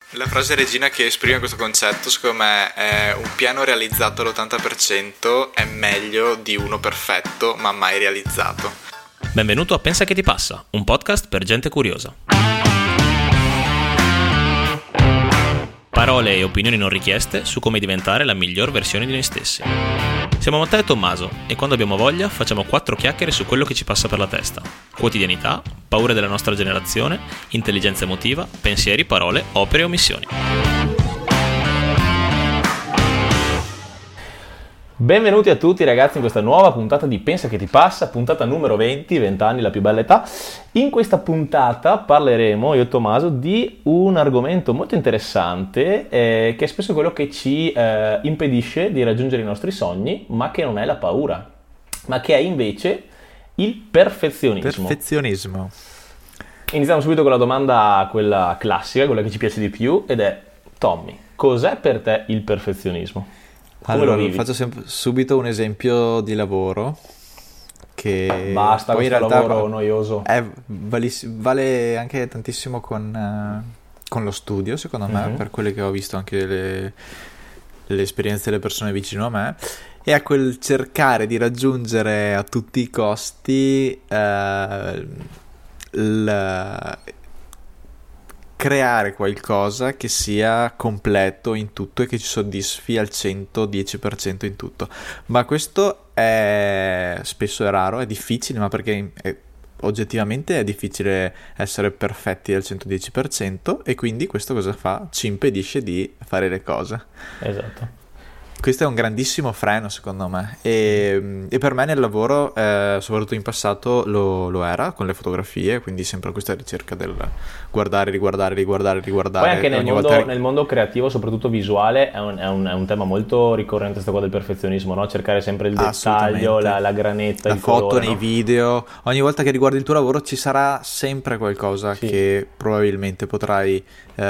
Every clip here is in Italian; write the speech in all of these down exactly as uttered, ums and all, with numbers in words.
La frase regina che esprime questo concetto, secondo me, è: un piano realizzato all'ottanta per cento è meglio di uno perfetto ma mai realizzato. Benvenuto a Pensa che ti passa, un podcast per gente curiosa. Parole e opinioni non richieste su come diventare la miglior versione di noi stessi. Siamo Matteo e Tommaso e quando abbiamo voglia facciamo quattro chiacchiere su quello che ci passa per la testa. Quotidianità, paure della nostra generazione, intelligenza emotiva, pensieri, parole, opere e omissioni. Benvenuti a tutti ragazzi in questa nuova puntata di Pensa che ti passa, puntata numero venti, venti anni, la più bella età. In questa puntata parleremo, io e Tommaso, di un argomento molto interessante eh, che è spesso quello che ci eh, impedisce di raggiungere i nostri sogni, ma che non è la paura, ma che è invece il perfezionismo. Perfezionismo. Iniziamo subito con la domanda, quella classica, quella che ci piace di più, ed è: Tommy, cos'è per te il perfezionismo? Come allora, lo vivi? faccio sempre, subito un esempio di lavoro che Basta poi in questo realtà lavoro noioso. È, vale anche tantissimo con, uh, con lo studio, secondo me, Mm-hmm. per quelle che ho visto anche le, le esperienze delle persone vicino a me, è a quel cercare di raggiungere a tutti i costi uh, il creare qualcosa che sia completo in tutto e che ci soddisfi al centodieci per cento in tutto. Ma questo è spesso è raro, è difficile, ma perché è, oggettivamente è difficile essere perfetti al centodieci per cento, e quindi questo cosa fa? Ci impedisce di fare le cose. Esatto. Questo è un grandissimo freno, secondo me, e, e per me nel lavoro, eh, soprattutto in passato, lo, lo era con le fotografie, quindi sempre questa ricerca del guardare, riguardare, riguardare, riguardare. Poi anche nel ogni mondo, volta... nel mondo creativo, soprattutto visuale, è un, è un, è un tema molto ricorrente questa qua del perfezionismo, no? Cercare sempre il dettaglio, la, la granetta, la il foto colore, nei no? video. Ogni volta che riguardi il tuo lavoro ci sarà sempre qualcosa Sì. che probabilmente potrai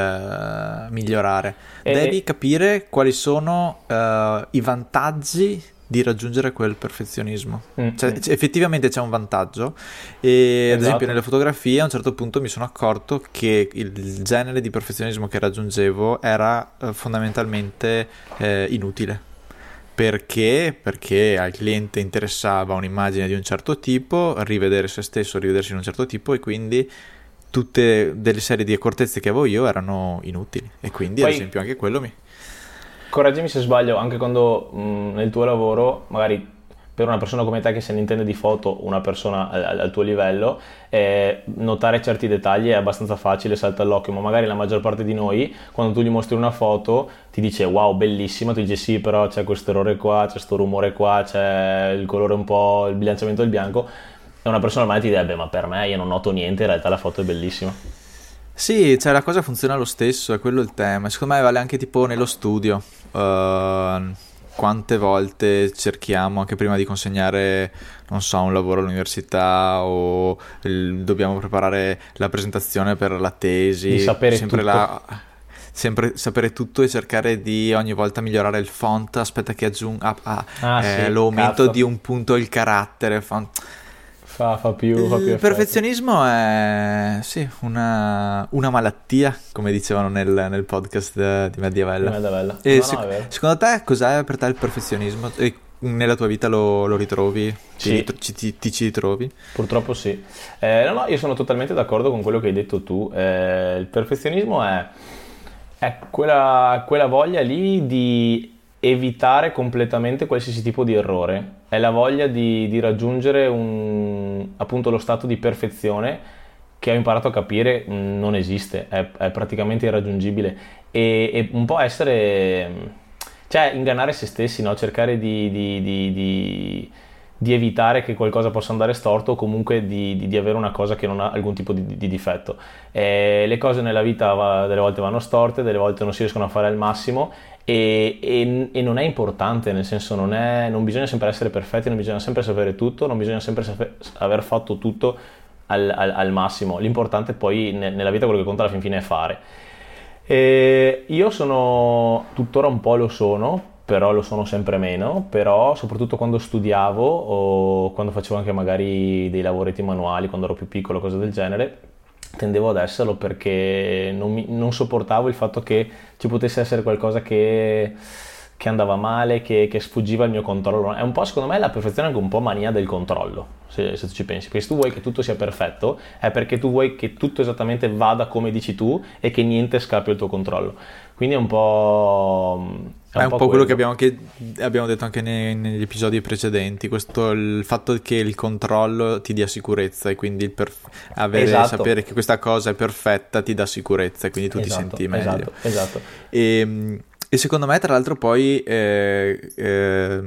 eh, migliorare. E... Devi capire quali sono eh, i vantaggi di raggiungere quel perfezionismo. Mm-hmm. Cioè, effettivamente c'è un vantaggio, e Esatto. ad esempio nelle fotografie a un certo punto mi sono accorto che il, il genere di perfezionismo che raggiungevo era eh, fondamentalmente eh, inutile. Perché? Perché al cliente interessava un'immagine di un certo tipo, rivedere se stesso, rivedersi in un certo tipo, e quindi tutte delle serie di accortezze che avevo io erano inutili, e quindi Poi... ad esempio anche quello mi... Correggimi se sbaglio, anche quando mh, nel tuo lavoro, magari per una persona come te che se ne intende di foto, una persona al, al tuo livello, eh, notare certi dettagli è abbastanza facile, salta all'occhio, ma magari la maggior parte di noi, quando tu gli mostri una foto, ti dice wow, bellissima, tu dici sì, però c'è questo errore qua, c'è questo rumore qua, c'è il colore un po', il bilanciamento del bianco, e una persona ormai ti direbbe ma per me io non noto niente, in realtà la foto è bellissima. Sì, cioè la cosa funziona lo stesso, è quello il tema. Secondo me vale anche tipo nello studio. Uh, quante volte cerchiamo, anche prima di consegnare, non so, un lavoro all'università, o il, dobbiamo preparare la presentazione per la tesi, Di sapere sempre tutto. la, sempre sapere tutto e cercare di ogni volta migliorare il font. Aspetta che aggiungo, ah, ah, Ah, eh, sì, lo aumento cazzo. di un punto il carattere. Font. Fa, fa più, fa più Il effetto. perfezionismo è sì, una, una malattia, come dicevano nel, nel podcast di Mediavella. Di Mediavella. E No, se- no, è vero. secondo te cos'è per te il perfezionismo? E nella tua vita lo, lo ritrovi? Ti, Sì. ritro- ci, ti, ti ci ritrovi? Purtroppo sì. Eh, no, no, io sono totalmente d'accordo con quello che hai detto tu. Eh, il perfezionismo è, è quella, quella voglia lì di evitare completamente qualsiasi tipo di errore. È la voglia di, di raggiungere un, appunto lo stato di perfezione che ho imparato a capire mh, non esiste, è, è praticamente irraggiungibile. E, e un po' essere, cioè ingannare se stessi, no? Cercare di, di, di, di di evitare che qualcosa possa andare storto, o comunque di, di, di avere una cosa che non ha alcun tipo di, di difetto. E le cose nella vita va, delle volte vanno storte, delle volte non si riescono a fare al massimo, e, e, e non è importante, nel senso non, è, non bisogna sempre essere perfetti, non bisogna sempre sapere tutto, non bisogna sempre saper, aver fatto tutto al, al, al massimo. L'importante poi ne, nella vita, quello che conta alla fin fine è fare. E io sono, tuttora un po' lo sono, però lo sono sempre meno, però soprattutto quando studiavo o quando facevo anche magari dei lavoretti manuali, quando ero più piccolo, cose del genere, tendevo ad esserlo perché non, mi, non sopportavo il fatto che ci potesse essere qualcosa che, che andava male, che, che sfuggiva al mio controllo. È un po', secondo me, la perfezione è anche un po' mania del controllo, se, se tu ci pensi, perché se tu vuoi che tutto sia perfetto è perché tu vuoi che tutto esattamente vada come dici tu e che niente scappi al tuo controllo. Quindi è un po'... È un, è un po', po' quello che abbiamo, anche, abbiamo detto anche nei, negli episodi precedenti, questo, il fatto che il controllo ti dia sicurezza e quindi il perf- avere, esatto. sapere che questa cosa è perfetta ti dà sicurezza e quindi tu esatto, ti senti meglio. Esatto, esatto. E, e secondo me tra l'altro poi eh, eh,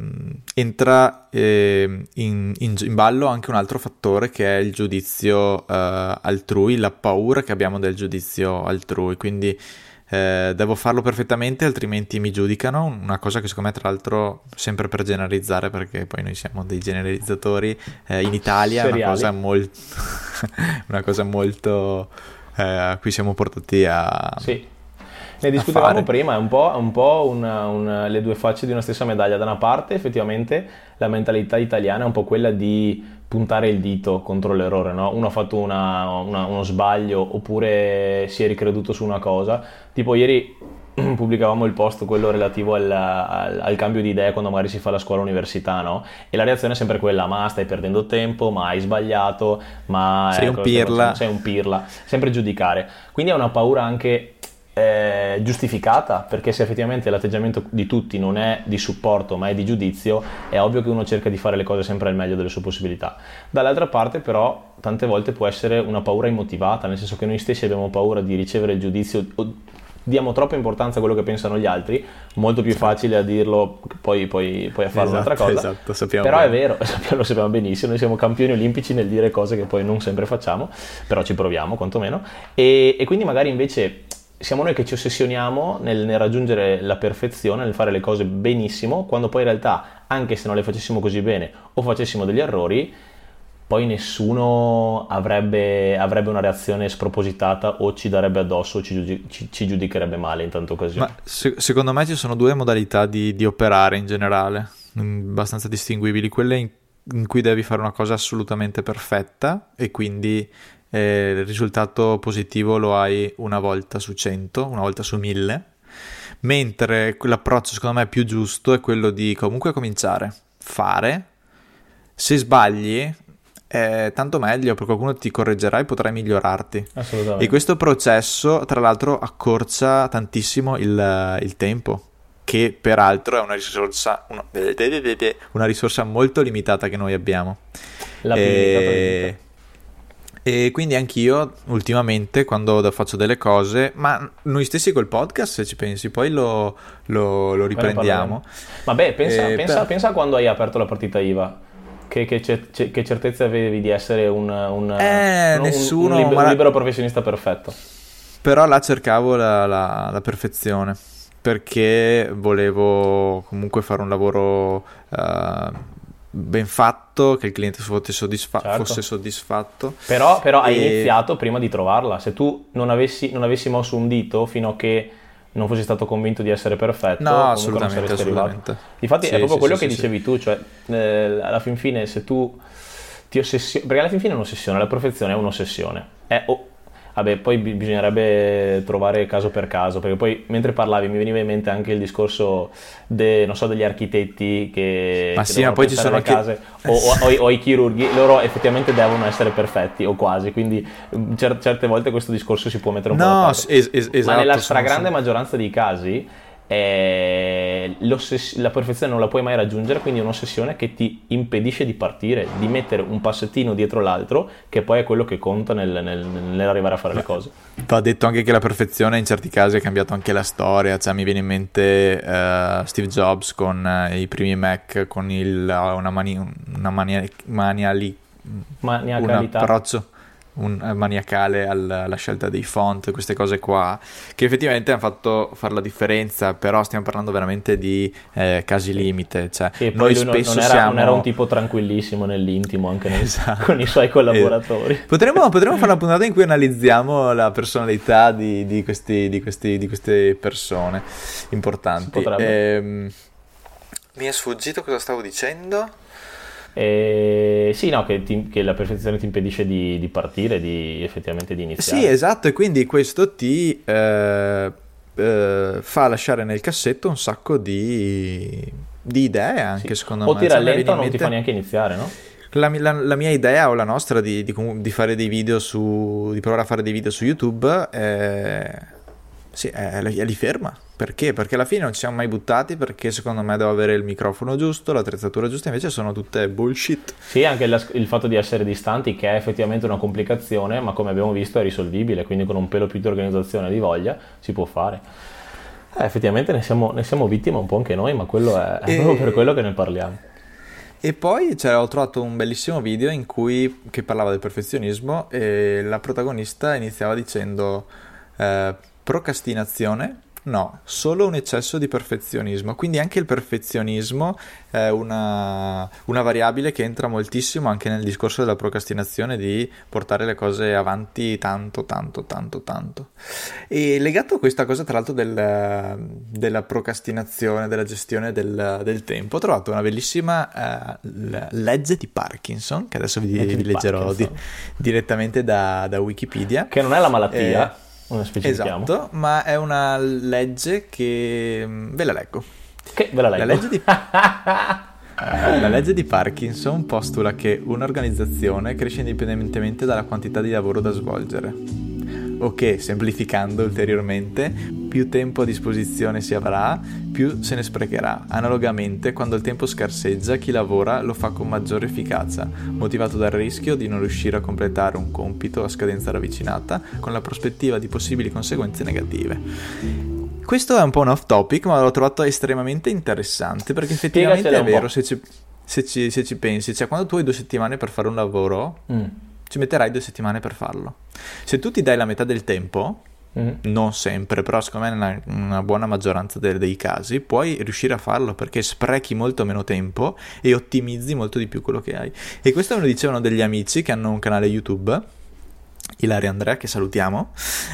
entra eh, in, in, in ballo anche un altro fattore che è il giudizio eh, altrui, la paura che abbiamo del giudizio altrui, quindi Eh, devo farlo perfettamente altrimenti mi giudicano, una cosa che secondo me tra l'altro, sempre per generalizzare perché poi noi siamo dei generalizzatori, eh, in Italia è una cosa molto una cosa molto eh, a cui siamo portati a sì. Ne discutevamo prima, è un po', un po' una, una, le due facce di una stessa medaglia. Da una parte effettivamente la mentalità italiana è un po' quella di puntare il dito contro l'errore, no? Uno ha fatto una, una, uno sbaglio oppure si è ricreduto su una cosa, tipo ieri pubblicavamo il post, quello relativo al, al, al cambio di idee quando magari si fa la scuola università, no? E la reazione è sempre quella: ma stai perdendo tempo, ma hai sbagliato, ma sei un pirla, sei un pirla, sempre giudicare. Quindi è una paura anche Eh, giustificata, perché se effettivamente l'atteggiamento di tutti non è di supporto ma è di giudizio, è ovvio che uno cerca di fare le cose sempre al meglio delle sue possibilità. Dall'altra parte però tante volte può essere una paura immotivata, nel senso che noi stessi abbiamo paura di ricevere il giudizio, diamo troppa importanza a quello che pensano gli altri, molto più facile a dirlo poi, poi, poi a fare esatto, un'altra cosa, esatto, sappiamo però bene. È vero, lo sappiamo benissimo, noi siamo campioni olimpici nel dire cose che poi non sempre facciamo, però ci proviamo quantomeno, e, e quindi magari invece siamo noi che ci ossessioniamo nel, nel raggiungere la perfezione, nel fare le cose benissimo, quando poi in realtà, anche se non le facessimo così bene o facessimo degli errori, poi nessuno avrebbe, avrebbe una reazione spropositata o ci darebbe addosso o ci, ci, ci giudicherebbe male in tante occasioni. Ma se, secondo me ci sono due modalità di, di operare in generale, abbastanza distinguibili, quelle in, in cui devi fare una cosa assolutamente perfetta e quindi Eh, il risultato positivo lo hai una volta su cento, una volta su mille, mentre l'approccio secondo me più giusto è quello di comunque cominciare, fare, se sbagli è tanto meglio perché qualcuno ti correggerà e potrai migliorarti. Assolutamente. E questo processo tra l'altro accorcia tantissimo il, il tempo, che peraltro è una risorsa una, una risorsa molto limitata che noi abbiamo. La più limitata di tutte. E quindi anch'io ultimamente quando faccio delle cose, ma noi stessi col podcast, se ci pensi, poi lo, lo, lo riprendiamo. Vabbè, pensa, eh, pensa, per... pensa quando hai aperto la partita I V A, che, che, che certezza avevi di essere un, un, eh, un, nessuno, un, libero, ma... un libero professionista perfetto. Però là cercavo la, la, la perfezione, perché volevo comunque fare un lavoro... Uh, ben fatto, che il cliente fosse, soddisfa- certo. fosse soddisfatto. Però, però hai e... iniziato prima di trovarla. Se tu non avessi, non avessi mosso un dito fino a che non fossi stato convinto di essere perfetto, no, assolutamente, assolutamente. Infatti sì, è proprio sì, quello sì, che sì, dicevi sì. tu, cioè eh, alla fin fine se tu ti ossessioni, perché alla fin fine è un'ossessione, la perfezione è un'ossessione. È oh, vabbè, poi bisognerebbe trovare caso per caso, perché poi mentre parlavi mi veniva in mente anche il discorso de, non so, degli architetti che, ma che sì, ma poi ci sono le case che... o, o, o, o i chirurghi, loro effettivamente devono essere perfetti o quasi, quindi cer- certe volte questo discorso si può mettere un no, po' da parte. Es- es- esatto, ma nella stragrande sono... maggioranza dei casi eh, la perfezione non la puoi mai raggiungere, quindi è un'ossessione che ti impedisce di partire, di mettere un passettino dietro l'altro, che poi è quello che conta nel, nel, nell'arrivare a fare Beh, le cose. Va detto anche che la perfezione in certi casi ha cambiato anche la storia, cioè mi viene in mente uh, Steve Jobs con uh, i primi Mac, con il, uh, una, mani- una mania- maniali- maniacalità, un approccio un maniacale alla scelta dei font, queste cose qua che effettivamente hanno fatto fare la differenza, però stiamo parlando veramente di eh, casi limite, cioè sì, noi non, spesso non, era, siamo non era un tipo tranquillissimo nell'intimo anche nel, esatto. con i suoi collaboratori. esatto. potremmo, potremmo fare una puntata in cui analizziamo la personalità di, di, questi, di, questi, di queste persone importanti. Ehm, mi è sfuggito cosa stavo dicendo. E sì, no, che, ti, che la perfezione ti impedisce di, di partire, di effettivamente di iniziare. Sì, esatto, e quindi questo ti eh, eh, fa lasciare nel cassetto un sacco di, di idee anche, Sì. secondo O me. ti Cioè, mi viene rallenta o in non ti mente fa neanche iniziare, no? la, la- la mia idea o la nostra di, di comu- di fare dei video su, di provare a fare dei video su YouTube, eh, sì, è, è li ferma. Perché? Perché alla fine non ci siamo mai buttati, perché secondo me devo avere il microfono giusto, l'attrezzatura giusta, invece sono tutte bullshit. Sì, anche la- il fatto di essere distanti, che è effettivamente una complicazione, ma come abbiamo visto è risolvibile, quindi con un pelo più di organizzazione e di voglia si può fare. Eh, effettivamente ne siamo, ne siamo vittime un po' anche noi, ma quello è, è E- proprio per quello che ne parliamo. E poi cioè, ho trovato un bellissimo video in cui che parlava del perfezionismo e la protagonista iniziava dicendo eh, procrastinazione. No, solo un eccesso di perfezionismo. Quindi anche il perfezionismo è una, una variabile che entra moltissimo anche nel discorso della procrastinazione, di portare le cose avanti tanto, tanto, tanto, tanto. E legato a questa cosa, tra l'altro, del- della procrastinazione, della gestione del, del tempo, ho trovato una bellissima eh, l- legge di Parkinson, che adesso vi, Legge vi di leggerò di- Parkinson. direttamente da, da Wikipedia. Che non è la malattia, Eh, non specifichiamo. Esatto, ma è una legge che mm, ve la leggo. Che ve la leggo. La legge di La legge di Parkinson postula che un'organizzazione cresce indipendentemente dalla quantità di lavoro da svolgere, o che, semplificando ulteriormente, più tempo a disposizione si avrà, più se ne sprecherà. Analogamente, quando il tempo scarseggia, chi lavora lo fa con maggiore efficacia, motivato dal rischio di non riuscire a completare un compito a scadenza ravvicinata, con la prospettiva di possibili conseguenze negative. Questo è un po' un off topic, ma l'ho trovato estremamente interessante, perché effettivamente Spiegacela è un po'. vero, se ci, se ci- se ci pensi, cioè quando tu hai due settimane per fare un lavoro, Mm. ci metterai due settimane per farlo. Se tu ti dai la metà del tempo, Mm. non sempre, però secondo me nella una buona maggioranza de- dei casi, puoi riuscire a farlo, perché sprechi molto meno tempo e ottimizzi molto di più quello che hai. E questo me lo dicevano degli amici che hanno un canale YouTube, Ilaria e Andrea, che salutiamo,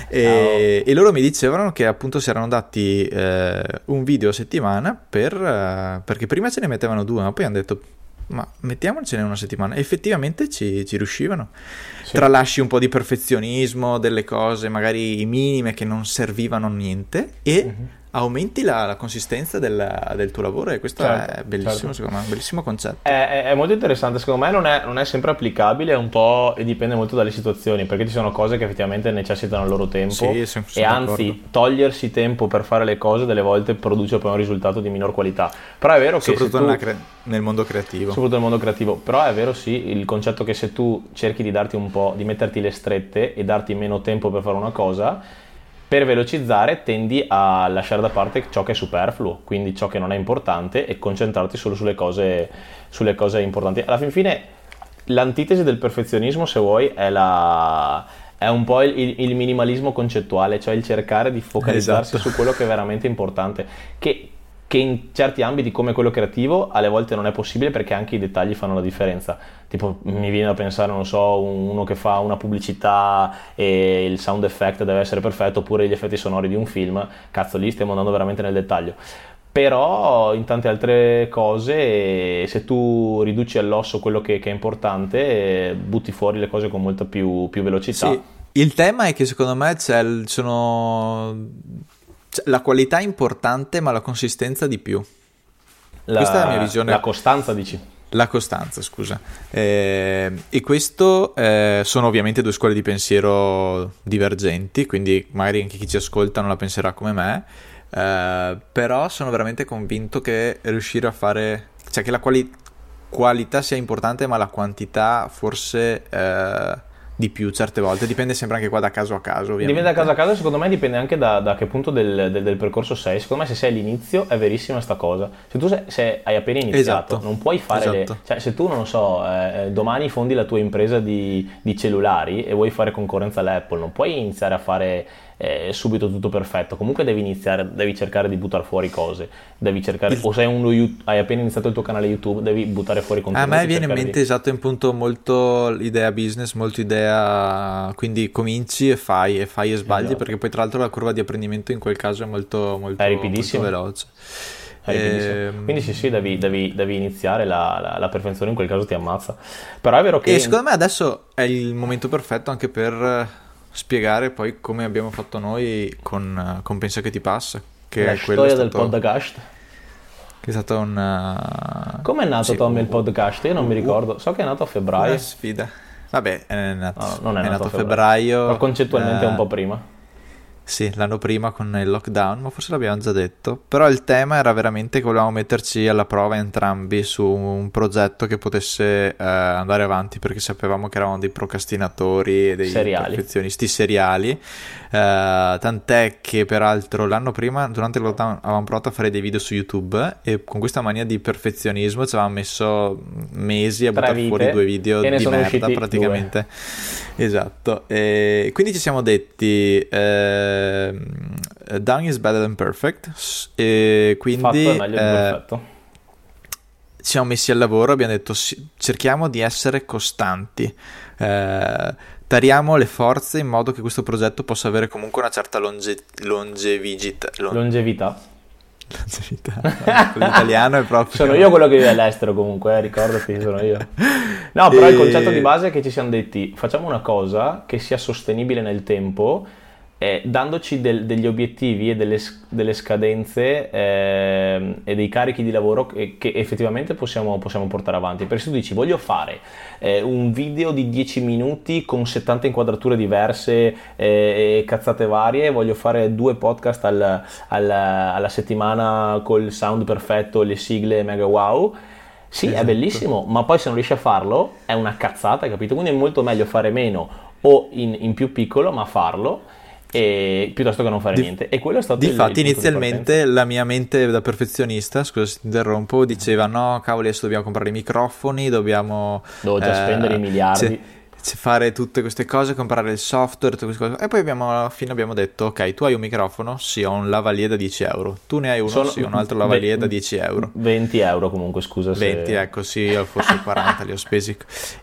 e, e loro mi dicevano che appunto si erano dati eh, un video a settimana per, eh, perché prima ce ne mettevano due, ma poi hanno detto ma mettiamocene una settimana, e effettivamente ci, ci riuscivano. Sì. Tralasci un po' di perfezionismo, delle cose magari minime che non servivano a niente, e Mhm. aumenti la, la consistenza del, del tuo lavoro, e questo Certo, è bellissimo, certo. secondo me, un bellissimo concetto. È, è- è molto interessante, secondo me non è, non è sempre applicabile, è un po' e dipende molto dalle situazioni, perché ci sono cose che effettivamente necessitano il loro tempo, Sì, sono- e sono anzi d'accordo. togliersi tempo per fare le cose delle volte produce poi un risultato di minor qualità. Però è vero che se Soprattutto tu, nella cre- nel mondo creativo. soprattutto nel mondo creativo, però è vero sì il concetto che se tu cerchi di darti un po', di metterti le strette e darti meno tempo per fare una cosa, per velocizzare tendi a lasciare da parte ciò che è superfluo, quindi ciò che non è importante, e concentrarti solo sulle cose, sulle cose importanti. Alla fin fine l'antitesi del perfezionismo, se vuoi, è, la, è un po' il, il minimalismo concettuale, cioè il cercare di focalizzarsi Esatto. su quello che è veramente importante, che, che in certi ambiti come quello creativo alle volte non è possibile, perché anche i dettagli fanno la differenza. Tipo mi viene da pensare, non so, un- uno che fa una pubblicità e il sound effect deve essere perfetto, oppure gli effetti sonori di un film, cazzo, lì stiamo andando veramente nel dettaglio. Però in tante altre cose, se tu riduci all'osso quello che, che è importante, butti fuori le cose con molta più, più velocità. Sì, il tema è che secondo me c'è il- sono c'è la qualità è importante, ma la consistenza di più. La, Questa è la mia visione. la costanza, dici? La costanza, scusa. Eh, e questo eh, sono ovviamente due scuole di pensiero divergenti, quindi magari anche chi ci ascolta non la penserà come me, eh, però sono veramente convinto che riuscire a fare, cioè che la quali- qualità sia importante, ma la quantità forse eh, di più certe volte. Dipende sempre anche qua da caso a caso, ovviamente. Dipende da caso a caso, secondo me dipende anche da, da che punto del, del- del percorso sei. Secondo me se sei all'inizio è verissima sta cosa. Se tu sei, se hai appena iniziato, Esatto. non puoi fare le... Esatto. Cioè se tu, non lo so, eh, domani fondi la tua impresa di, di cellulari e vuoi fare concorrenza all'Apple, non puoi iniziare a fare eh, subito tutto perfetto. Comunque devi iniziare, devi cercare di buttare fuori cose, devi cercare... Il- O sei uno, you- hai appena iniziato il tuo canale YouTube, devi buttare fuori A contenuti. me viene in cercare mente di- esatto un punto molto idea business, molto idea, quindi cominci e fai e fai e sbagli, Esatto. perché poi tra l'altro la curva di apprendimento in quel caso è molto molto, È ripidissima. molto veloce. Eh, quindi sì sì, devi, devi, devi iniziare, la, la, la perfezione in quel caso ti ammazza. Però è vero che... E secondo me adesso è il momento perfetto anche per spiegare poi come abbiamo fatto noi con, con Pensa che ti passa. Che la è quello storia è del stato, podcast. che è stato un... Uh, come è nato sì, Tommy un, il podcast? Io non un, mi ricordo, so che è nato a febbraio. Una sfida. Vabbè, è nato, no, non è, è nato, nato a febbraio, febbraio, ma concettualmente uh, un po' prima. Sì, l'anno prima con il lockdown, ma forse l'abbiamo già detto. Però il tema era veramente che volevamo metterci alla prova entrambi su un progetto che potesse eh, andare avanti, perché sapevamo che eravamo dei procrastinatori e dei seriali. perfezionisti seriali. Eh, tant'è che peraltro l'anno prima, durante il lockdown, avevamo provato a fare dei video su YouTube e con questa mania di perfezionismo ci avevamo messo mesi a buttare fuori due video di merda praticamente. Due. Esatto. E quindi ci siamo detti... Eh, Done is better than perfect, e quindi fatto è meglio di perfetto. Ci siamo messi al lavoro, abbiamo detto cerchiamo di essere costanti, eh, tariamo le forze in modo che questo progetto possa avere comunque una certa longe- longevità lon- longevità longevità l'italiano è proprio sono io quello che vive all'estero comunque, eh, ricordati, sono io. No, però e... il concetto di base è che ci siamo detti facciamo una cosa che sia sostenibile nel tempo, Eh, dandoci del, degli obiettivi e delle, delle scadenze eh, e dei carichi di lavoro che, che effettivamente possiamo, possiamo portare avanti. Perché se tu dici voglio fare eh, un video di dieci minuti con settanta inquadrature diverse eh, e cazzate varie, voglio fare due podcast al, al, alla settimana col sound perfetto, le sigle mega wow, sì, esatto. È bellissimo, ma poi se non riesci a farlo è una cazzata, capito? Quindi è molto meglio fare meno o in, in più piccolo, ma farlo, e piuttosto che non fare di, niente. E quello è stato difatti il, il inizialmente la mia mente da perfezionista, scusa se ti interrompo, diceva no cavoli adesso dobbiamo comprare i microfoni, dobbiamo devo già eh, spendere i miliardi, c- c- fare tutte queste cose, comprare il software, tutte queste cose. E poi abbiamo alla fine abbiamo detto ok, tu hai un microfono? Sì, ho un lavalier da dieci euro. Tu ne hai uno? Sono sì, ho un altro lavalier ve- da dieci euro. venti euro comunque, scusa se... venti, ecco, sì, forse quaranta li ho spesi.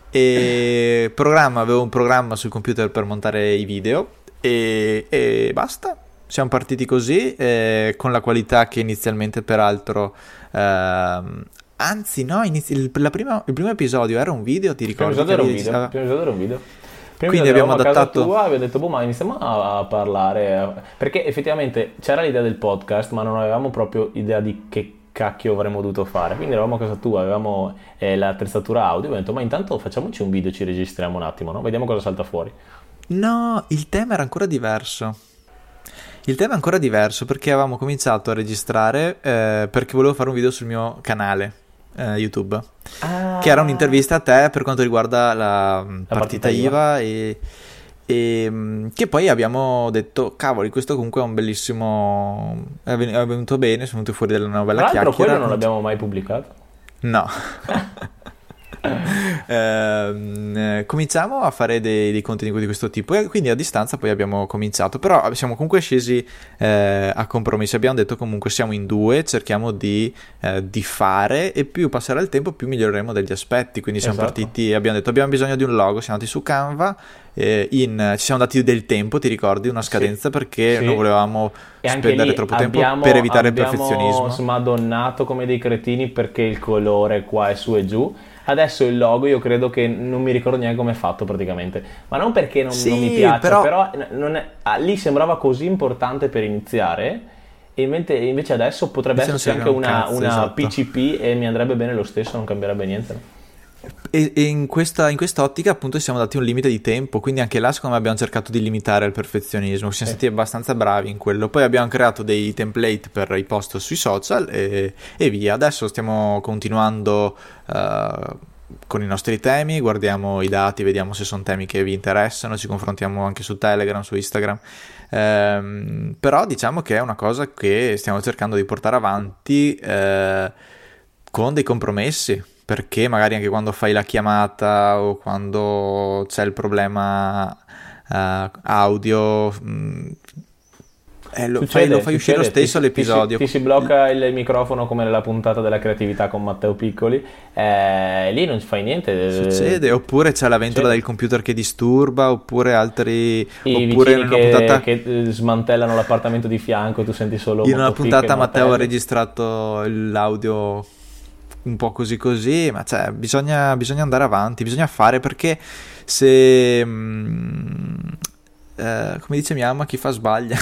E programma, avevo un programma sul computer per montare i video E, e basta, siamo partiti così, eh, con la qualità che inizialmente peraltro ehm, anzi no, inizi- il, la prima, il primo episodio era un video, ti ricordi? Il primo episodio era un video, il primo episodio era un video. Prima quindi abbiamo adattato a casa tua e abbiamo detto boh, ma iniziamo a, a parlare, perché effettivamente c'era l'idea del podcast ma non avevamo proprio idea di che cacchio avremmo dovuto fare, quindi eravamo a casa tua, avevamo eh, l'attrezzatura audio, abbiamo detto ma intanto facciamoci un video, ci registriamo un attimo, no? Vediamo cosa salta fuori. No, il tema era ancora diverso. Il tema è ancora diverso perché avevamo cominciato a registrare eh, perché volevo fare un video sul mio canale eh, YouTube, ah. che era un'intervista a te per quanto riguarda la, la partita, partita I V A e, e che poi abbiamo detto cavoli, questo comunque è un bellissimo, è venuto bene, sono venuti fuori della novella chiacchiera. Tra l'altro quello non l'abbiamo mai pubblicato. No. Eh, cominciamo a fare dei, dei contenuti di questo tipo e quindi a distanza poi abbiamo cominciato, però siamo comunque scesi eh, a compromessi, abbiamo detto comunque siamo in due, cerchiamo di, eh, di fare e più passerà il tempo più miglioreremo degli aspetti, quindi siamo esatto. partiti, abbiamo detto abbiamo bisogno di un logo, siamo andati su Canva, eh, in, ci siamo dati del tempo, ti ricordi, una scadenza sì, perché sì. non volevamo e spendere troppo abbiamo, tempo per evitare il perfezionismo. Abbiamo smadonnato come dei cretini perché il colore qua è su e giù. Adesso il logo io credo che non mi ricordo neanche come è fatto praticamente, ma non perché non, sì, non mi piace, però, però non è, ah, lì sembrava così importante per iniziare e invece, invece adesso potrebbe esserci anche una, cazzo, una esatto. P C P e mi andrebbe bene lo stesso, non cambierebbe niente. E, e in questa in quest'ottica appunto siamo dati un limite di tempo, quindi anche là secondo me abbiamo cercato di limitare il perfezionismo, siamo sì. stati abbastanza bravi in quello, poi abbiamo creato dei template per i post sui social e, e via, adesso stiamo continuando uh, con i nostri temi, guardiamo i dati, vediamo se sono temi che vi interessano, ci confrontiamo anche su Telegram, su Instagram, ehm, però diciamo che è una cosa che stiamo cercando di portare avanti eh, con dei compromessi, perché magari anche quando fai la chiamata o quando c'è il problema uh, audio mh, Eh, lo, Succede, fai, lo fai uscire lo succede. stesso ti, l'episodio. Ti si, ti si blocca il microfono come nella puntata della creatività con Matteo Piccoli, eh, lì non ci fai niente. Succede, oppure c'è la ventola del computer che disturba, oppure altri... I oppure vicini in una che, puntata... che smantellano l'appartamento di fianco e tu senti solo... In una puntata Matteo ha Matteo registrato l'audio un po' così così, ma cioè bisogna, bisogna andare avanti, bisogna fare, perché se... mm, eh, come dice mia mamma, chi fa sbaglia.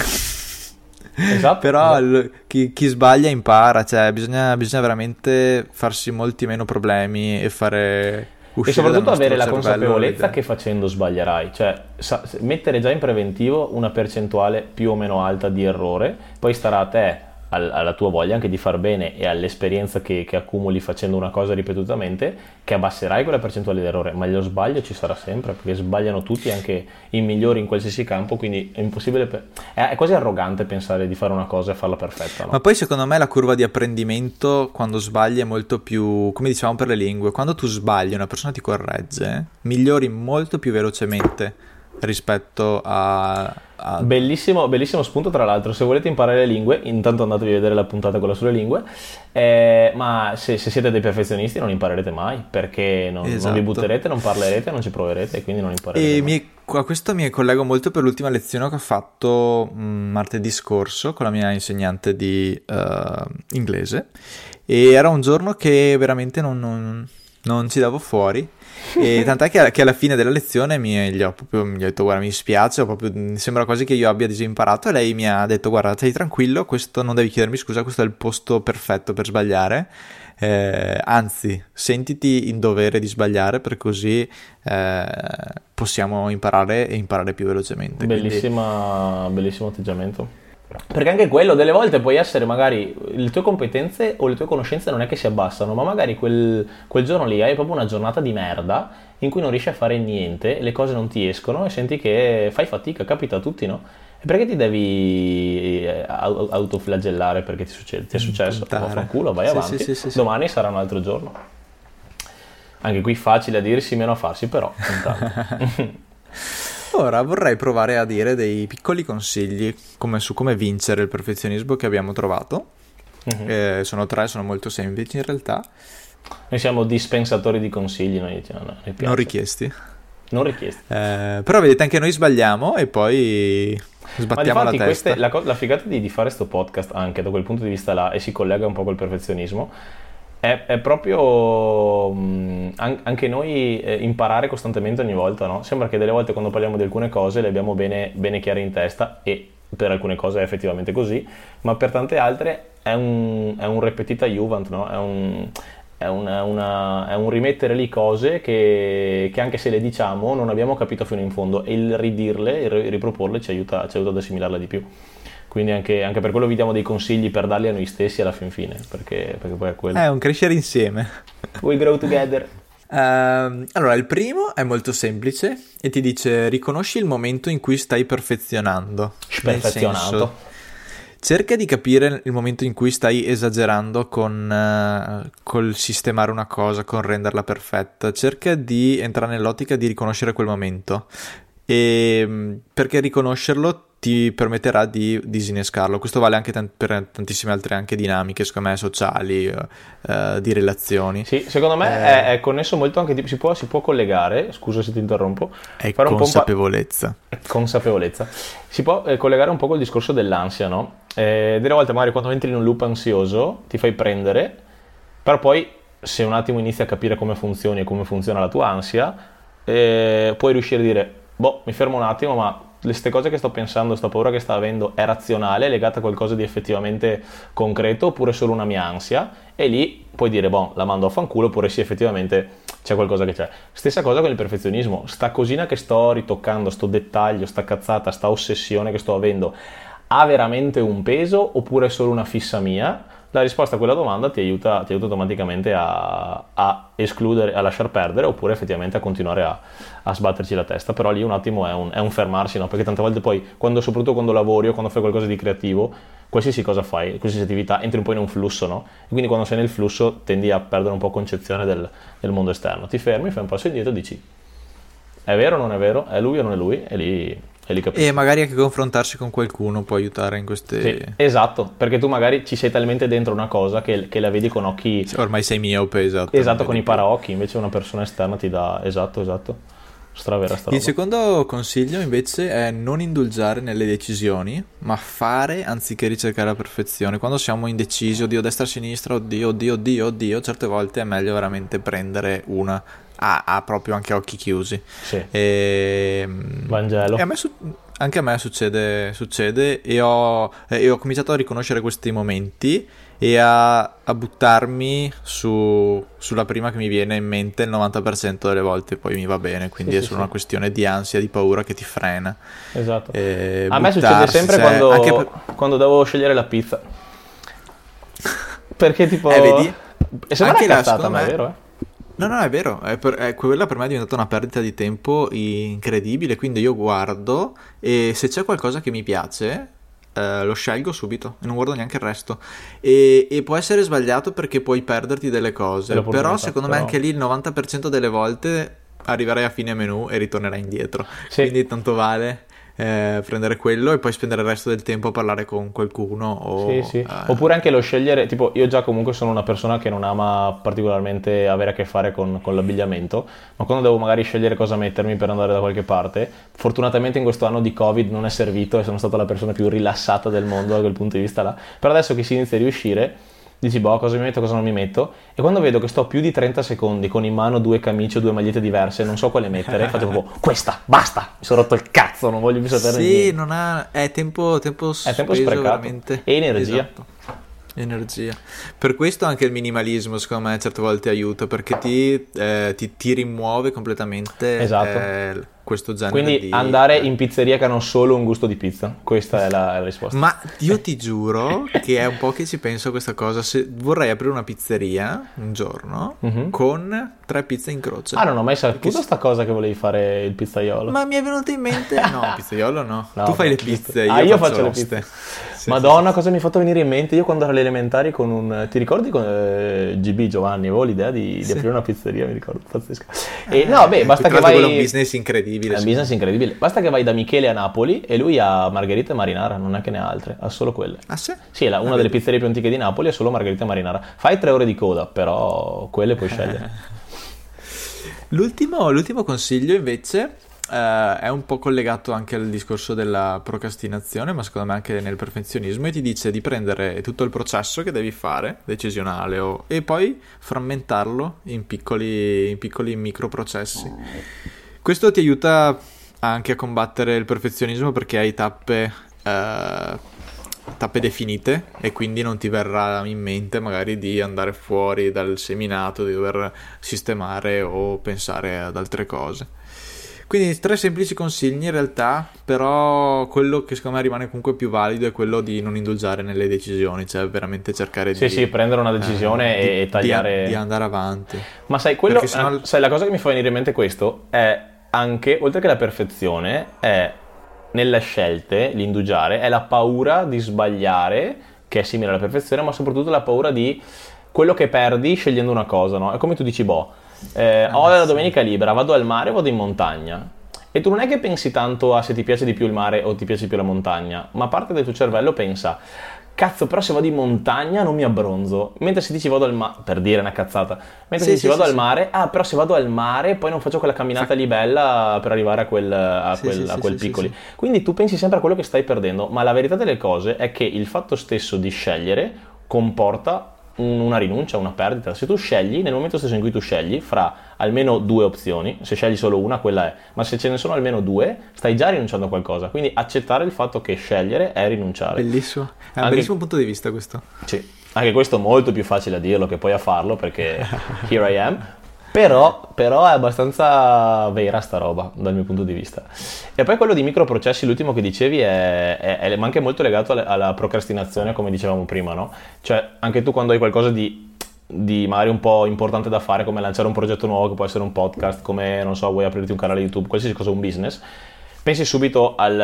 Esatto, Però esatto. il- chi, chi sbaglia impara, cioè bisogna, bisogna veramente farsi molti meno problemi e fare E uscire soprattutto dal avere la nostro cervello consapevolezza l'idea. che facendo sbaglierai, cioè sa- mettere già in preventivo una percentuale più o meno alta di errore, poi starà a te, al- alla tua voglia anche di far bene e all'esperienza che, che accumuli facendo una cosa ripetutamente, che abbasserai quella percentuale di errore, ma lo sbaglio ci sarà sempre, perché sbagliano tutti, anche i migliori in qualsiasi campo, quindi è impossibile, per- è, è quasi arrogante pensare di fare una cosa e farla perfetta, no? Ma poi secondo me la curva di apprendimento quando sbagli è molto più, come dicevamo per le lingue, quando tu sbagli e una persona ti corregge, migliori molto più velocemente rispetto a... a... Bellissimo, bellissimo spunto, tra l'altro. Se volete imparare le lingue, intanto andatevi a vedere la puntata quella sulle lingue, eh, ma se, se siete dei perfezionisti non imparerete mai, perché non, non vi Esatto. butterete, non parlerete, non ci proverete e quindi non imparerete E mai. mi, a questo mi collego molto per l'ultima lezione che ho fatto mh, martedì scorso con la mia insegnante di eh, inglese, e era un giorno che veramente non, non, non ci davo fuori, e tant'è che, che alla fine della lezione mi, gli, ho proprio, gli ho detto guarda, mi dispiace, ho proprio, mi sembra quasi che io abbia disimparato, e lei mi ha detto guarda, stai tranquillo, questo non devi chiedermi scusa, questo è il posto perfetto per sbagliare. Eh, anzi, sentiti in dovere di sbagliare, per così eh, possiamo imparare e imparare più velocemente. Quindi, Bellissima, bellissimo atteggiamento. Perché anche quello, delle volte puoi essere magari, le tue competenze o le tue conoscenze non è che si abbassano, ma magari quel, quel giorno lì hai proprio una giornata di merda in cui non riesci a fare niente, le cose non ti escono e senti che fai fatica, capita a tutti, no? E perché ti devi eh, au- autoflagellare perché ti, succede, ti è successo? puntare. Vaffanculo, vai Sì, avanti, sì, sì, sì, sì. domani sarà un altro giorno. Anche qui facile a dirsi, meno a farsi, però intanto. Ora vorrei provare a dire dei piccoli consigli come su come vincere il perfezionismo che abbiamo trovato. Mhm. Eh, sono tre, sono molto semplici in realtà, Noi siamo dispensatori di consigli, noi diciamo, no, mi piace. non richiesti. Non richiesti. Eh, però vedete, anche noi sbagliamo e poi Ma sbattiamo la difatti testa. queste, la, co- la figata di, di fare sto podcast anche da quel punto di vista là, e si collega un po' col perfezionismo, è, è proprio mh, an- anche noi eh, imparare costantemente ogni volta, no? Sembra che delle volte quando parliamo di alcune cose le abbiamo bene, bene chiare in testa, e per alcune cose è effettivamente così, ma per tante altre è un, è un repetita iuvant, no? È un, è, una, una- è un rimettere lì cose che, che anche se le diciamo non abbiamo capito fino in fondo, e il ridirle, il ri- riproporle ci aiuta, ci aiuta ad assimilarle di più. Quindi anche, anche per quello vi diamo dei consigli per darli a noi stessi alla fin fine, perché, perché poi è quello. È un crescere insieme. We grow together. Ehm, allora, il primo è molto semplice e ti dice: riconosci il momento in cui stai perfezionando. Nel Perfezionato. senso, cerca di capire il momento in cui stai esagerando con eh, col sistemare una cosa, con renderla perfetta. Cerca di entrare nell'ottica di riconoscere quel momento, e mh, perché riconoscerlo ti permetterà di disinnescarlo. Questo vale anche tan- per tantissime altre anche dinamiche, secondo me, sociali, eh, eh, di relazioni. Sì, secondo me Eh. è, è connesso molto anche, di- si può, si può collegare, scusa se ti interrompo, È fare un po' un pa- consapevolezza. consapevolezza. Si può eh, collegare un po' col discorso dell'ansia, no? Eh, delle volte magari quando entri in un loop ansioso ti fai prendere, però poi se un attimo inizi a capire come funzioni e come funziona la tua ansia, eh, puoi riuscire a dire, boh, mi fermo un attimo, ma queste cose che sto pensando, questa paura che sto avendo è razionale, è legata a qualcosa di effettivamente concreto, oppure è solo una mia ansia? E lì puoi dire, boh, la mando a fanculo, oppure sì, effettivamente c'è qualcosa che c'è. Stessa cosa con il perfezionismo, sta cosina che sto ritoccando, sto dettaglio, sta cazzata, sta ossessione che sto avendo, ha veramente un peso oppure è solo una fissa mia? La risposta a quella domanda ti aiuta, ti aiuta automaticamente a, a escludere, a lasciar perdere, oppure effettivamente a continuare a, a sbatterci la testa. Però lì un attimo è un, è un fermarsi, no? Perché tante volte poi, quando, soprattutto quando lavori o quando fai qualcosa di creativo, qualsiasi cosa fai, qualsiasi attività, entri un po' in un flusso, no? E quindi quando sei nel flusso tendi a perdere un po' concezione del, del mondo esterno. Ti fermi, fai un passo indietro e dici, è vero o non è vero? È lui o non è lui? E lì e li capisci. E magari anche confrontarsi con qualcuno può aiutare in queste... Sì, esatto, perché tu magari ci sei talmente dentro una cosa che, che la vedi con occhi... Ormai sei miope, esatto. Esatto, con i paraocchi, invece una persona esterna ti dà... Esatto, esatto. Stravera sta roba. Il secondo consiglio invece è non indulgere nelle decisioni, ma fare anziché ricercare la perfezione. Quando siamo indecisi, oddio, destra-sinistra, oddio, oddio, oddio, oddio, certe volte è meglio veramente prendere una a, a proprio anche a occhi chiusi. Sì. E, Vangelo. E a me su- anche a me succede, succede e ho, e ho cominciato a riconoscere questi momenti e a, a buttarmi su, sulla prima che mi viene in mente il novanta per cento delle volte, poi mi va bene, quindi sì, è sì, solo sì. una questione di ansia, di paura che ti frena. Esatto. E a me succede buttarsi, sempre cioè, quando, anche per... quando devo scegliere la pizza, perché tipo eh, vedi? E sembra Anche una là, cazzata, secondo ma me- è vero, eh? No, no, è vero, è per- è- quella per me è diventata una perdita di tempo incredibile, quindi io guardo e se c'è qualcosa che mi piace, eh, lo scelgo subito e non guardo neanche il resto. E, e può essere sbagliato perché puoi perderti delle cose, Delle però opportunità, secondo me però- anche lì il novanta per cento delle volte arriverai a fine menu e ritornerai indietro. Sì. Quindi tanto vale eh, prendere quello e poi spendere il resto del tempo a parlare con qualcuno o, Sì, sì. eh, Oppure anche lo scegliere, tipo io già comunque sono una persona che non ama particolarmente avere a che fare con, con l'abbigliamento, ma quando devo magari scegliere cosa mettermi per andare da qualche parte, fortunatamente in questo anno di Covid non è servito e sono stata la persona più rilassata del mondo da quel punto di vista là, però adesso che si inizia a riuscire, dici boh, cosa mi metto, cosa non mi metto, e quando vedo che sto più di trenta secondi con in mano due camicie o due magliette diverse, non so quale mettere, faccio proprio questa, basta, mi sono rotto il cazzo, non voglio più saperne sì, niente. non ha... è tempo, tempo È tempo speso sprecato veramente. e energia. Esatto. Energia. Per questo anche il minimalismo secondo me certe volte aiuta perché ti, eh, ti, ti rimuove completamente Esatto. eh, questo genere Quindi di... andare in pizzeria che hanno solo un gusto di pizza, questa è la, è la risposta. Ma io ti giuro che è un po' che ci penso a questa cosa. Se vorrei aprire una pizzeria un giorno Mhm. con tre pizze in croce. Ah, non ho mai saputo Perché- sta cosa che volevi fare il pizzaiolo. Ma mi è venuto in mente... No, pizzaiolo no. No, tu fai le giusto. pizze, io, Ah, io faccio, faccio le l'oste. pizze. Sì, Madonna, cosa mi ha fatto venire in mente? Io quando ero alle elementari con un... Ti ricordi con eh, G B Giovanni? Avevo l'idea di, di Sì. aprire una pizzeria, mi ricordo, pazzesco. E no, beh, Eh, basta più che altro quello vai... è un business incredibile. È un sì. business incredibile. Basta che vai da Michele a Napoli e lui ha Margherita e Marinara, non è che ne ha altre, ha solo quelle. Ah sì? Sì, è la- una Ah, delle vedi. pizzerie più antiche di Napoli è solo Margherita e Marinara. Fai tre ore di coda, però quelle puoi scegliere. L'ultimo, l'ultimo consiglio invece eh, è un po' collegato anche al discorso della procrastinazione, ma secondo me anche nel perfezionismo, e ti dice di prendere tutto il processo che devi fare, decisionale, o- e poi frammentarlo in piccoli, in piccoli microprocessi. Questo ti aiuta anche a combattere il perfezionismo perché hai tappe, eh, tappe definite e quindi non ti verrà in mente magari di andare fuori dal seminato, di dover sistemare o pensare ad altre cose. Quindi tre semplici consigli in realtà, però quello che secondo me rimane comunque più valido è quello di non indulgere nelle decisioni, cioè veramente cercare Sì, di... sì, prendere una decisione eh, e- di- e tagliare- Di, di andare avanti. Ma sai, quello, Perché sennò- eh, sai, la cosa che mi fa venire in mente questo è anche, oltre che la perfezione, è nelle scelte, l'indugiare, è la paura di sbagliare, che è simile alla perfezione, ma soprattutto la paura di quello che perdi scegliendo una cosa, no? È come tu dici, boh, eh, ho la domenica libera, vado al mare o vado in montagna? E tu non è che pensi tanto a se ti piace di più il mare o ti piace più la montagna, ma parte del tuo cervello pensa, cazzo, però se vado in montagna non mi abbronzo, mentre se dici vado al mare, per dire una cazzata, mentre Sì, se dici sì, vado sì, al sì. mare, ah, però se vado al mare poi non faccio quella camminata lì bella per arrivare a quel, a Sì, quel, sì, a sì, quel sì, piccoli. sì. Quindi tu pensi sempre a quello che stai perdendo, ma la verità delle cose è che il fatto stesso di scegliere comporta un- una rinuncia, una perdita. Se tu scegli, nel momento stesso in cui tu scegli, fra almeno due opzioni, se scegli solo una, quella è, ma se ce ne sono almeno due, stai già rinunciando a qualcosa. Quindi accettare il fatto che scegliere è rinunciare. Bellissimo, è un Anche- bellissimo punto di vista questo. Sì, anche questo è molto più facile a dirlo che poi a farlo, perché here I am. Però, però è abbastanza vera sta roba dal mio punto di vista. E poi quello di microprocessi, l'ultimo che dicevi, è, è, è ma anche molto legato alle- alla procrastinazione, come dicevamo prima, no? Cioè, anche tu quando hai qualcosa di, di magari un po' importante da fare, come lanciare un progetto nuovo, che può essere un podcast, come, non so, vuoi aprirti un canale YouTube, qualsiasi cosa, un business, pensi subito al...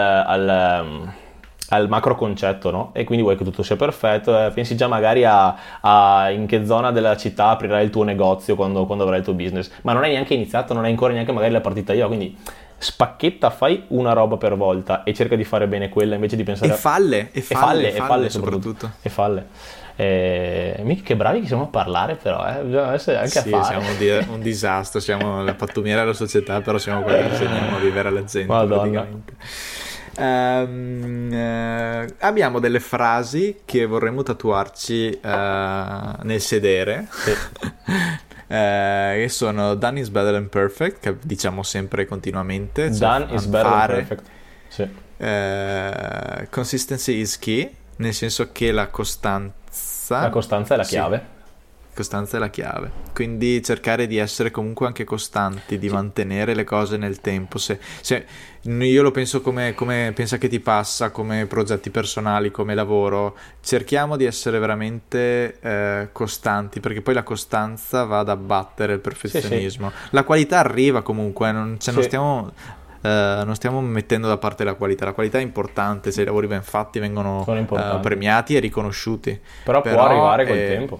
al al macro concetto, no? E quindi vuoi che tutto sia perfetto, eh, pensi già magari a, a in che zona della città aprirai il tuo negozio quando, quando avrai il tuo business, ma non hai neanche iniziato, non hai ancora neanche magari la partita I V A, quindi spacchetta, fai una roba per volta e cerca di fare bene quella invece di pensare e falle e falle, e falle, e falle, e falle soprattutto. soprattutto e falle. Eh, mica che bravi che siamo a parlare, però eh, bisogna essere anche sì, a fare. Siamo un, di- un disastro, siamo la pattumiera della società, però siamo quelli che insegniamo a vivere alla gente. Madonna. Praticamente. Um, eh, abbiamo delle frasi che vorremmo tatuarci uh, nel sedere. Sì. Eh, che sono done is better than perfect, che diciamo sempre continuamente. Done cioè is better fare. than perfect. Sì. Eh, consistency is key, nel senso che la costanza La costanza è la sì, chiave. costanza è la chiave, quindi cercare di essere comunque anche costanti, di Sì. mantenere le cose nel tempo. Se, se io lo penso come, come pensa che ti passa, come progetti personali, come lavoro, cerchiamo di essere veramente eh, costanti, perché poi la costanza va ad abbattere il perfezionismo. Sì, sì. La qualità arriva comunque, non, cioè, non Sì. stiamo Uh, non stiamo mettendo da parte la qualità. La qualità è importante, se i lavori ben fatti vengono Sono importanti. uh, premiati e riconosciuti. Però, Però può arrivare col eh, tempo.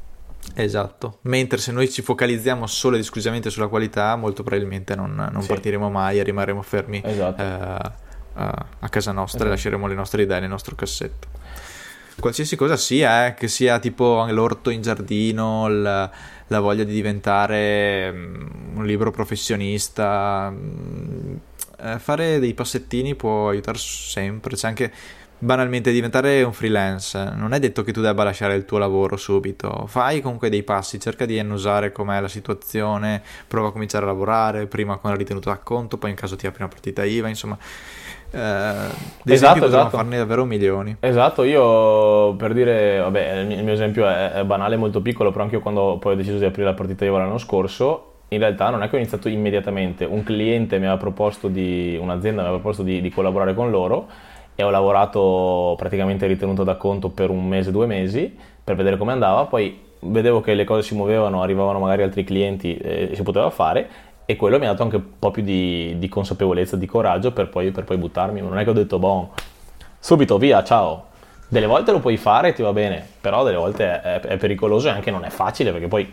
Esatto. Mentre se noi ci focalizziamo solo ed esclusivamente sulla qualità, molto probabilmente non, non Sì. partiremo mai e rimarremo fermi Esatto. uh, uh, a casa nostra Esatto. e lasceremo le nostre idee nel nostro cassetto. Qualsiasi cosa sia, eh, che sia tipo l'orto in giardino, la, la voglia di diventare um, un libero professionista, um, eh, fare dei passettini può aiutare sempre. C'è anche banalmente diventare un freelance. Non è detto che tu debba lasciare il tuo lavoro subito. Fai comunque dei passi, cerca di annusare com'è la situazione, prova a cominciare a lavorare, prima con la ritenuta d'acconto, poi in caso ti apri una partita I V A, insomma. Eh, ad esempio potremmo esatto. farne davvero milioni. Esatto, io per dire, vabbè, il mio, il mio esempio è, è banale, molto piccolo, però anche io quando poi ho deciso di aprire la partita I V A l'anno scorso, in realtà non è che ho iniziato immediatamente. Un cliente mi aveva proposto di, un'azienda mi aveva proposto di, di collaborare con loro e ho lavorato praticamente ritenuto d'acconto per un mese, due mesi, per vedere come andava, poi vedevo che le cose si muovevano, arrivavano magari altri clienti e si poteva fare. E quello mi ha dato anche un po' più di, di consapevolezza, di coraggio per poi, per poi buttarmi. Non è che ho detto, boh, subito, via, ciao. Delle volte lo puoi fare e ti va bene, però delle volte è, è pericoloso e anche non è facile, perché poi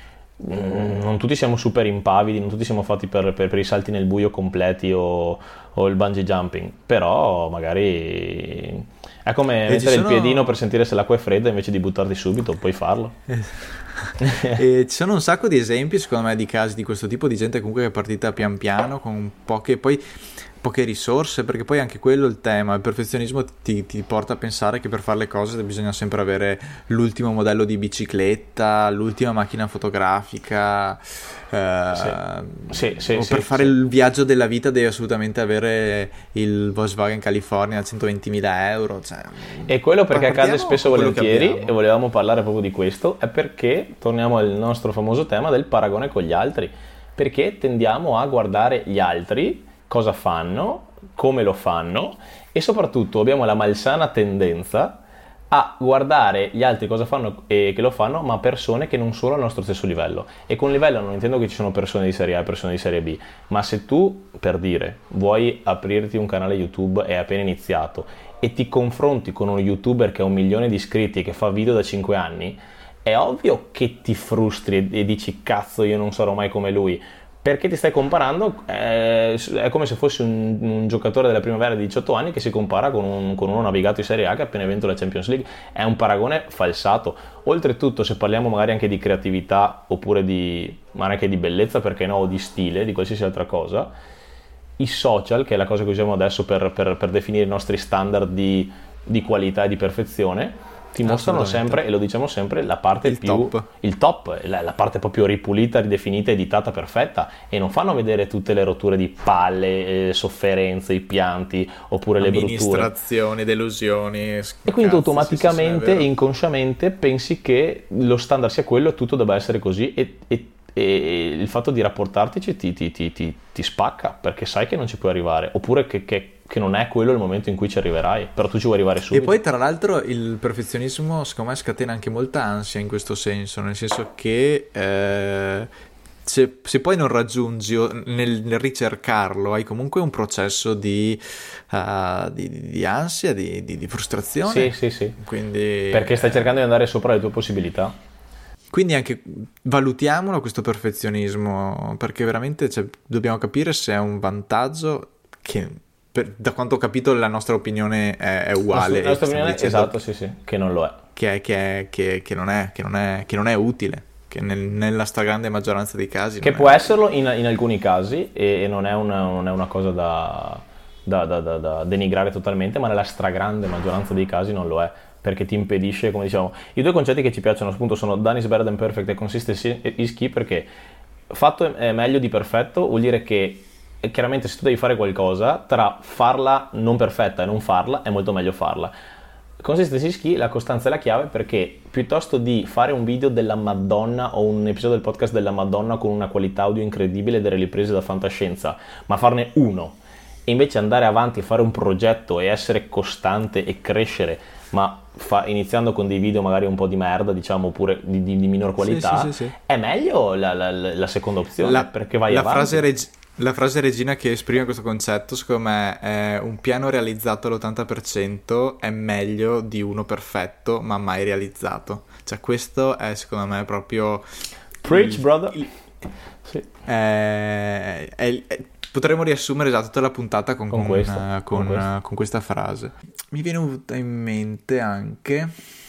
mm, non tutti siamo super impavidi, non tutti siamo fatti per, per, per i salti nel buio completi o, o il bungee jumping. Però magari è come E mettere ci il sono- piedino per sentire se l'acqua è fredda invece di buttarti subito, puoi farlo. E ci sono un sacco di esempi, secondo me, di casi di questo tipo, di gente comunque che è partita pian piano con poche, poi poche risorse, perché poi anche quello è il tema. Il perfezionismo ti, ti porta a pensare che per fare le cose bisogna sempre avere l'ultimo modello di bicicletta, l'ultima macchina fotografica, eh, Sì, sì, o sì, per fare sì. il viaggio della vita devi assolutamente avere il Volkswagen California a centoventimila euro, cioè, E quello perché accade partiamo spesso e con quello che volentieri, abbiamo. e volevamo parlare proprio di questo, è perché torniamo al nostro famoso tema del paragone con gli altri, perché tendiamo a guardare gli altri, cosa fanno, come lo fanno, e soprattutto abbiamo la malsana tendenza a guardare gli altri cosa fanno e che lo fanno, ma persone che non sono al nostro stesso livello. E con livello non intendo che ci sono persone di serie A e persone di serie B, ma se tu, per dire, vuoi aprirti un canale YouTube e hai appena iniziato e ti confronti con un YouTuber che ha un milione di iscritti e che fa video da cinque anni, è ovvio che ti frustri e dici cazzo io non sarò mai come lui, perché ti stai comparando, eh, è come se fossi un, un giocatore della primavera di diciotto anni che si compara con, un, con uno navigato in Serie A che ha appena vinto la Champions League. È un paragone falsato. Oltretutto, se parliamo magari anche di creatività oppure di, magari anche di bellezza, perché no, o di stile, di qualsiasi altra cosa, i social, che è la cosa che usiamo adesso per, per, per definire i nostri standard di, di qualità e di perfezione, ti mostrano Assolutamente. sempre, e lo diciamo sempre, la parte Il più top. il top, la, la parte proprio ripulita, ridefinita, editata, perfetta, e non fanno vedere tutte le rotture di palle, eh, sofferenze, i pianti oppure le brutture. amministrazioni, delusioni, E quindi cazzo, automaticamente sì, sì, sì, e inconsciamente pensi che lo standard sia quello e tutto debba essere così, e, e- e il fatto di rapportartici ti, ti- ti- ti- ti spacca, perché sai che non ci puoi arrivare, oppure che, che- che non è quello il momento in cui ci arriverai, però tu ci vuoi arrivare E subito. poi tra l'altro il perfezionismo secondo me scatena anche molta ansia in questo senso, nel senso che eh, se, se poi non raggiungi o nel, nel ricercarlo hai comunque un processo di, uh, di, di- di ansia, di, di- di frustrazione. Sì, sì, sì. Quindi Perché stai cercando di andare sopra le tue possibilità. quindi anche valutiamolo questo perfezionismo, perché veramente cioè, dobbiamo capire se è un vantaggio che, per, da quanto ho capito, la nostra opinione è, è uguale. La nostra opinione, esatto, sì, sì, che non lo è. Che, è, che, è, che, che, non è, che, non è, che non è utile, che nel, nella stragrande maggioranza dei casi che non può è esserlo in, in alcuni casi e, e non, è una, non è una cosa da, da, da, da, da denigrare totalmente, ma nella stragrande maggioranza dei casi non lo è, perché ti impedisce, come diciamo, i due concetti che ci piacciono appunto sono done is better than perfect e consistency is key, perché fatto è meglio di perfetto vuol dire che chiaramente se tu devi fare qualcosa, tra farla non perfetta e non farla è molto meglio farla. Consistency is key, la costanza è la chiave, perché piuttosto di fare un video della Madonna o un episodio del podcast della Madonna con una qualità audio incredibile, delle riprese da fantascienza, ma farne uno e invece andare avanti e fare un progetto e essere costante e crescere, ma fa, iniziando con dei video magari un po' di merda, diciamo, oppure di, di, di minor qualità, sì, sì, sì, sì. È meglio la, la, la seconda opzione, la, perché vai la avanti. Frase reg- la frase regina che esprime questo concetto, secondo me, è: un piano realizzato all'ottanta per cento è meglio di uno perfetto ma mai realizzato. Cioè questo è, secondo me, proprio... Preach, il, brother! Il, sì. è, è, è, potremmo riassumere esatto tutta la puntata con, con, con, questo, uh, con, con, uh, con questa frase. Mi viene venuta in mente anche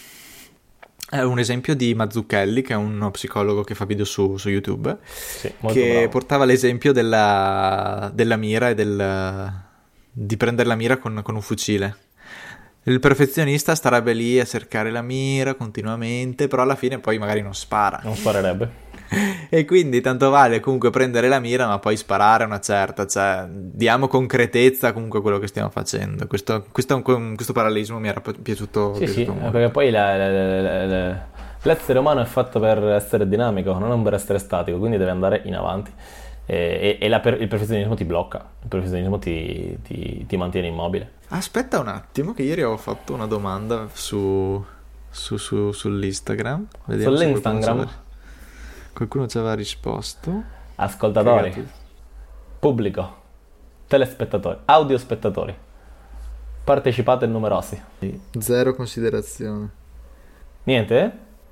eh, un esempio di Mazzucchelli, che è uno psicologo che fa video su, su YouTube, sì, molto che bravo. portava l'esempio della, della mira e del, di prendere la mira con, con un fucile. Il perfezionista starebbe lì a cercare la mira continuamente, però alla fine poi magari non spara. Non sparerebbe. E quindi tanto vale comunque prendere la mira, ma poi sparare una certa, cioè diamo concretezza comunque a quello che stiamo facendo. Questo, questo, questo parallelismo mi era piaciuto, sì, piaciuto sì, molto. Perché poi la, la, la, la, l'essere umano è fatto per essere dinamico, non per essere statico, quindi deve andare in avanti. E, e, e la, il perfezionismo ti blocca, il perfezionismo ti, ti, ti mantiene immobile. Aspetta un attimo, che ieri ho fatto una domanda su, su, su sull'Instagram. Vediamo Sull'Instagram? Qualcuno ci aveva risposto. Ascoltatori, Cagato. Pubblico, telespettatori, audiospettatori, partecipate numerosi. Zero considerazione. Niente?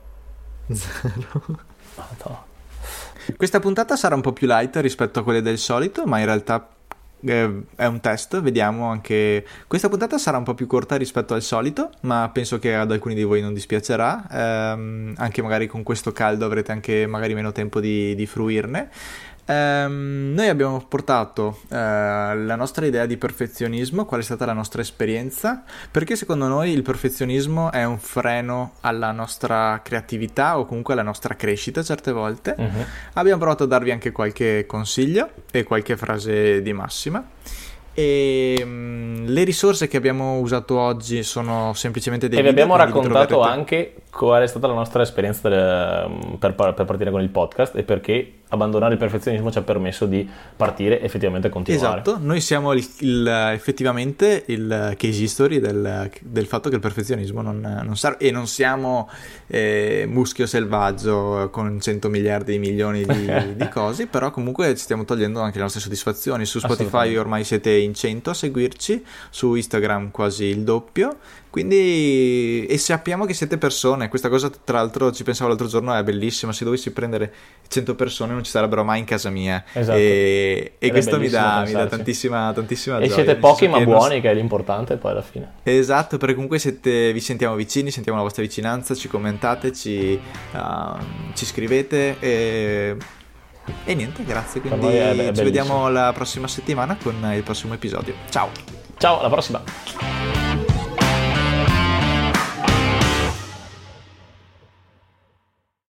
Zero. No. Questa puntata sarà un po' più light rispetto a quelle del solito, ma in realtà eh, è un test, vediamo anche. Questa puntata sarà un po' più corta rispetto al solito, ma penso che ad alcuni di voi non dispiacerà, ehm, anche magari con questo caldo avrete anche magari meno tempo di, di fruirne. Um, noi abbiamo portato uh, la nostra idea di perfezionismo, qual è stata la nostra esperienza, perché secondo noi il perfezionismo è un freno alla nostra creatività o comunque alla nostra crescita certe volte. Uh-huh. Abbiamo provato a darvi anche qualche consiglio e qualche frase di massima. E um, le risorse che abbiamo usato oggi sono semplicemente dei e vi video, abbiamo raccontato troverete... anche qual è stata la nostra esperienza del, per, per partire con il podcast e perché abbandonare il perfezionismo ci ha permesso di partire e effettivamente continuare. Esatto, noi siamo il, il, effettivamente il case history del, del fatto che il perfezionismo non, non serve, e non siamo eh, muschio selvaggio con cento miliardi di milioni di, di cose, però comunque ci stiamo togliendo anche le nostre soddisfazioni. Su Spotify ormai siete in cento a seguirci, su Instagram quasi il doppio, quindi, e sappiamo che siete persone. Questa cosa tra l'altro ci pensavo l'altro giorno, è bellissima. Se dovessi prendere cento persone non ci sarebbero mai in casa mia. Esatto. E, e questo mi dà, mi dà tantissima, tantissima e gioia. E siete pochi ma che buoni, non... che è l'importante poi alla fine. Esatto, perché comunque siete, vi sentiamo vicini, sentiamo la vostra vicinanza, ci commentate, ci, uh, ci scrivete e... e niente, grazie. Quindi è, è ci vediamo la prossima settimana con il prossimo episodio. Ciao. Ciao, alla prossima.